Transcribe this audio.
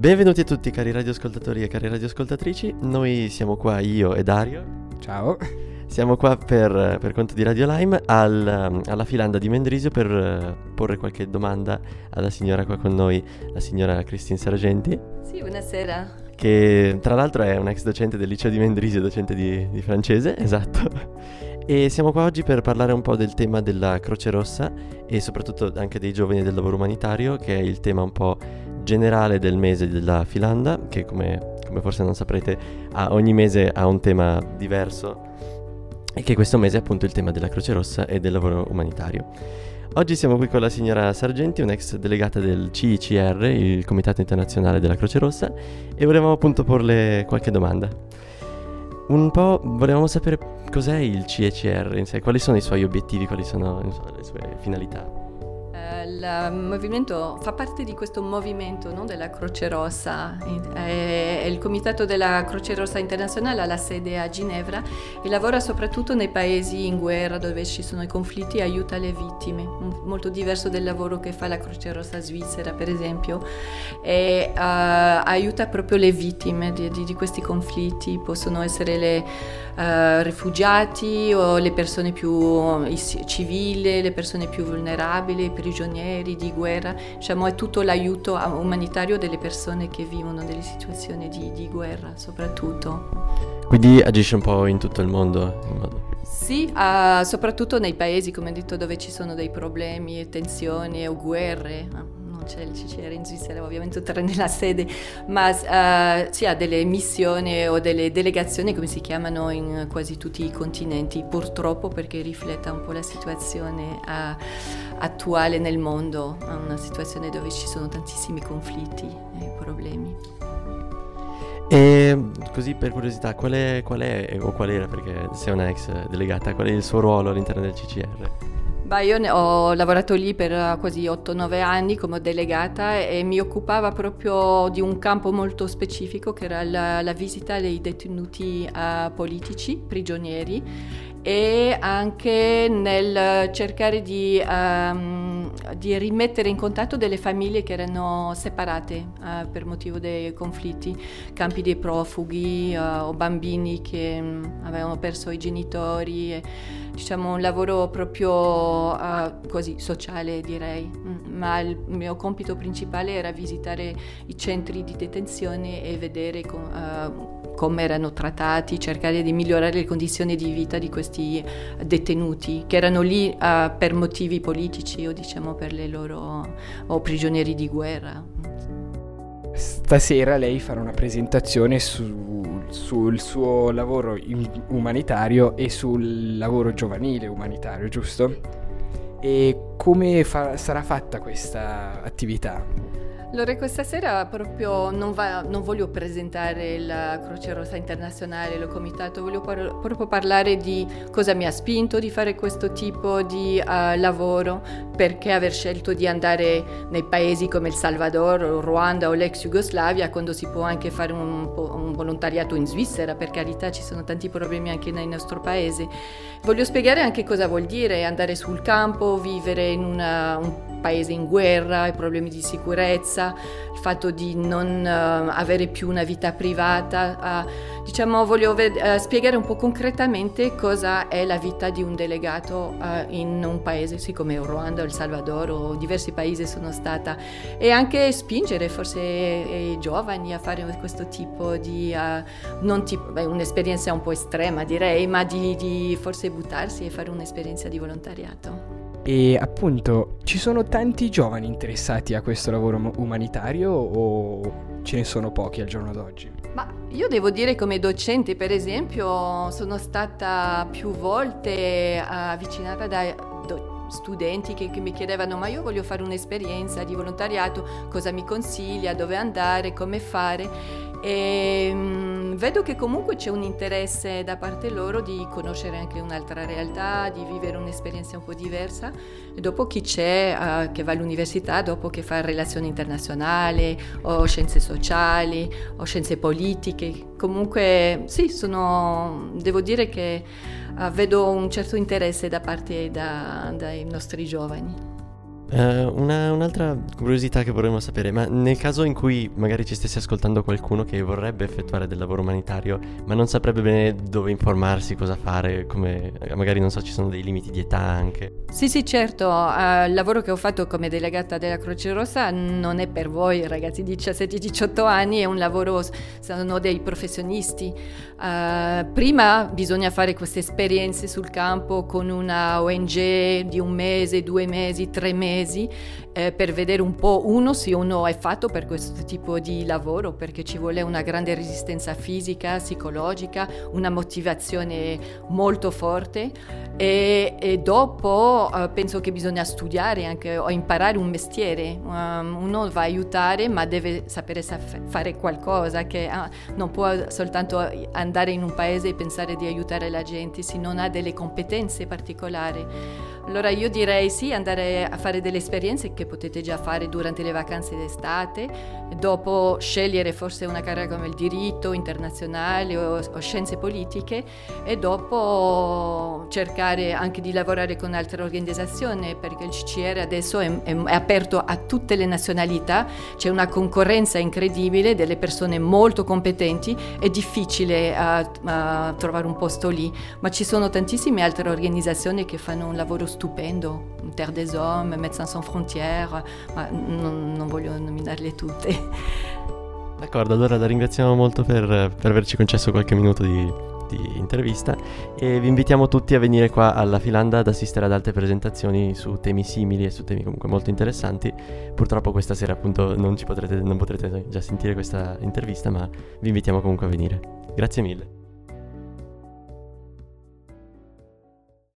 Benvenuti a tutti cari radioascoltatori e cari radioascoltatrici, noi siamo qua, io e Dario. Ciao. Siamo qua per conto di Radio Lime alla Filanda di Mendrisio per porre qualche domanda alla signora qua con noi, la signora Christine Sargenti. Sì, buonasera. Che tra l'altro è un ex docente del liceo di Mendrisio, docente di francese, esatto. E siamo qua oggi per parlare un po' del tema della Croce Rossa e soprattutto anche dei giovani e del lavoro umanitario, che è il tema un po' generale del mese della Filanda, che come forse non saprete ogni mese ha un tema diverso, e che questo mese è appunto il tema della Croce Rossa e del lavoro umanitario. Oggi siamo qui con la signora Sargenti, un'ex delegata del CICR, il Comitato Internazionale della Croce Rossa, e volevamo appunto porle qualche domanda. Un po' volevamo sapere cos'è il CICR in sé, quali sono i suoi obiettivi, quali sono le sue finalità. Il movimento fa parte di questo movimento, no, della Croce Rossa. Il Comitato della Croce Rossa Internazionale ha la sede a Ginevra e lavora soprattutto nei paesi in guerra dove ci sono i conflitti e aiuta le vittime, molto diverso del lavoro che fa la Croce Rossa svizzera per esempio, e aiuta proprio le vittime di questi conflitti. Possono essere le rifugiati o le persone più civili, le persone più vulnerabili, i prigionieri di guerra. Diciamo è tutto l'aiuto umanitario delle persone che vivono delle situazioni di guerra soprattutto. Quindi agisce un po' in tutto il mondo? Sì, soprattutto nei paesi, come ho detto, dove ci sono dei problemi, tensioni o guerre. C'è il CCR in Svizzera, ovviamente tre nella sede, ma si ha delle missioni o delle delegazioni, come si chiamano in quasi tutti i continenti, purtroppo, perché rifletta un po' la situazione attuale nel mondo, una situazione dove ci sono tantissimi conflitti e problemi. E così per curiosità, qual è o qual era, perché sei una ex delegata, qual è il suo ruolo all'interno del CCR? Io ho lavorato lì per quasi 8-9 anni come delegata e mi occupava proprio di un campo molto specifico che era la visita dei detenuti politici, prigionieri, e anche nel cercare di rimettere in contatto delle famiglie che erano separate per motivo dei conflitti, campi dei profughi o bambini che avevano perso i genitori. Diciamo un lavoro proprio così sociale, direi, ma il mio compito principale era visitare i centri di detenzione e vedere come erano trattati, cercare di migliorare le condizioni di vita di questi detenuti che erano lì per motivi politici o diciamo per le loro o prigionieri di guerra. Stasera lei farà una presentazione sul suo lavoro umanitario e sul lavoro giovanile umanitario, giusto? E come sarà fatta questa attività? Allora, questa sera proprio non voglio presentare la Croce Rossa Internazionale, il comitato, voglio proprio parlare di cosa mi ha spinto di fare questo tipo di lavoro, perché aver scelto di andare nei paesi come il Salvador, il Ruanda o l'ex Jugoslavia, quando si può anche fare un volontariato in Svizzera, per carità ci sono tanti problemi anche nel nostro paese. Voglio spiegare anche cosa vuol dire andare sul campo, vivere in un paese in guerra, i problemi di sicurezza, il fatto di non avere più una vita privata. Diciamo, voglio spiegare un po' concretamente cosa è la vita di un delegato in un paese, sì, come il Ruanda o il Salvador o diversi paesi sono stata, e anche spingere forse i giovani a fare questo tipo di, un'esperienza un po' estrema direi, ma di forse buttarsi e fare un'esperienza di volontariato. E appunto, ci sono tanti giovani interessati a questo lavoro umanitario o ce ne sono pochi al giorno d'oggi? Ma io devo dire, come docente per esempio, sono stata più volte avvicinata da studenti che mi chiedevano: ma io voglio fare un'esperienza di volontariato, cosa mi consiglia, dove andare, come fare? E vedo che comunque c'è un interesse da parte loro di conoscere anche un'altra realtà, di vivere un'esperienza un po' diversa. E dopo chi c'è che va all'università, dopo che fa relazioni internazionali o scienze sociali o scienze politiche, comunque sì, devo dire che vedo un certo interesse da parte dai nostri giovani. Un'altra curiosità che vorremmo sapere, ma nel caso in cui magari ci stesse ascoltando qualcuno che vorrebbe effettuare del lavoro umanitario, ma non saprebbe bene dove informarsi, cosa fare, come magari non so, ci sono dei limiti di età anche. Sì, certo, il lavoro che ho fatto come delegata della Croce Rossa non è per voi ragazzi di 17-18 anni, è un lavoro, sono dei professionisti. Prima bisogna fare queste esperienze sul campo con una ONG di 1 mese, 2 mesi, 3 mesi, per vedere un po' se uno è fatto per questo tipo di lavoro, perché ci vuole una grande resistenza fisica, psicologica, una motivazione molto forte e dopo penso che bisogna studiare anche o imparare un mestiere. Uno va a aiutare ma deve sapere fare qualcosa, che non può soltanto andare in un paese e pensare di aiutare la gente se non ha delle competenze particolari. Allora io direi sì, andare a fare delle esperienze che potete già fare durante le vacanze d'estate, dopo scegliere forse una carriera come il diritto internazionale o scienze politiche e dopo cercare anche di lavorare con altre organizzazioni, perché il CCR adesso è aperto a tutte le nazionalità, c'è una concorrenza incredibile, delle persone molto competenti, è difficile trovare un posto lì, ma ci sono tantissime altre organizzazioni che fanno un lavoro stupendo, Terre des Hommes, Médecins Sans Frontières, ma non voglio nominarle tutte. D'accordo, allora la ringraziamo molto per averci concesso qualche minuto di intervista e vi invitiamo tutti a venire qua alla Filanda ad assistere ad altre presentazioni su temi simili e su temi comunque molto interessanti. Purtroppo questa sera appunto non potrete già sentire questa intervista, ma vi invitiamo comunque a venire. Grazie mille.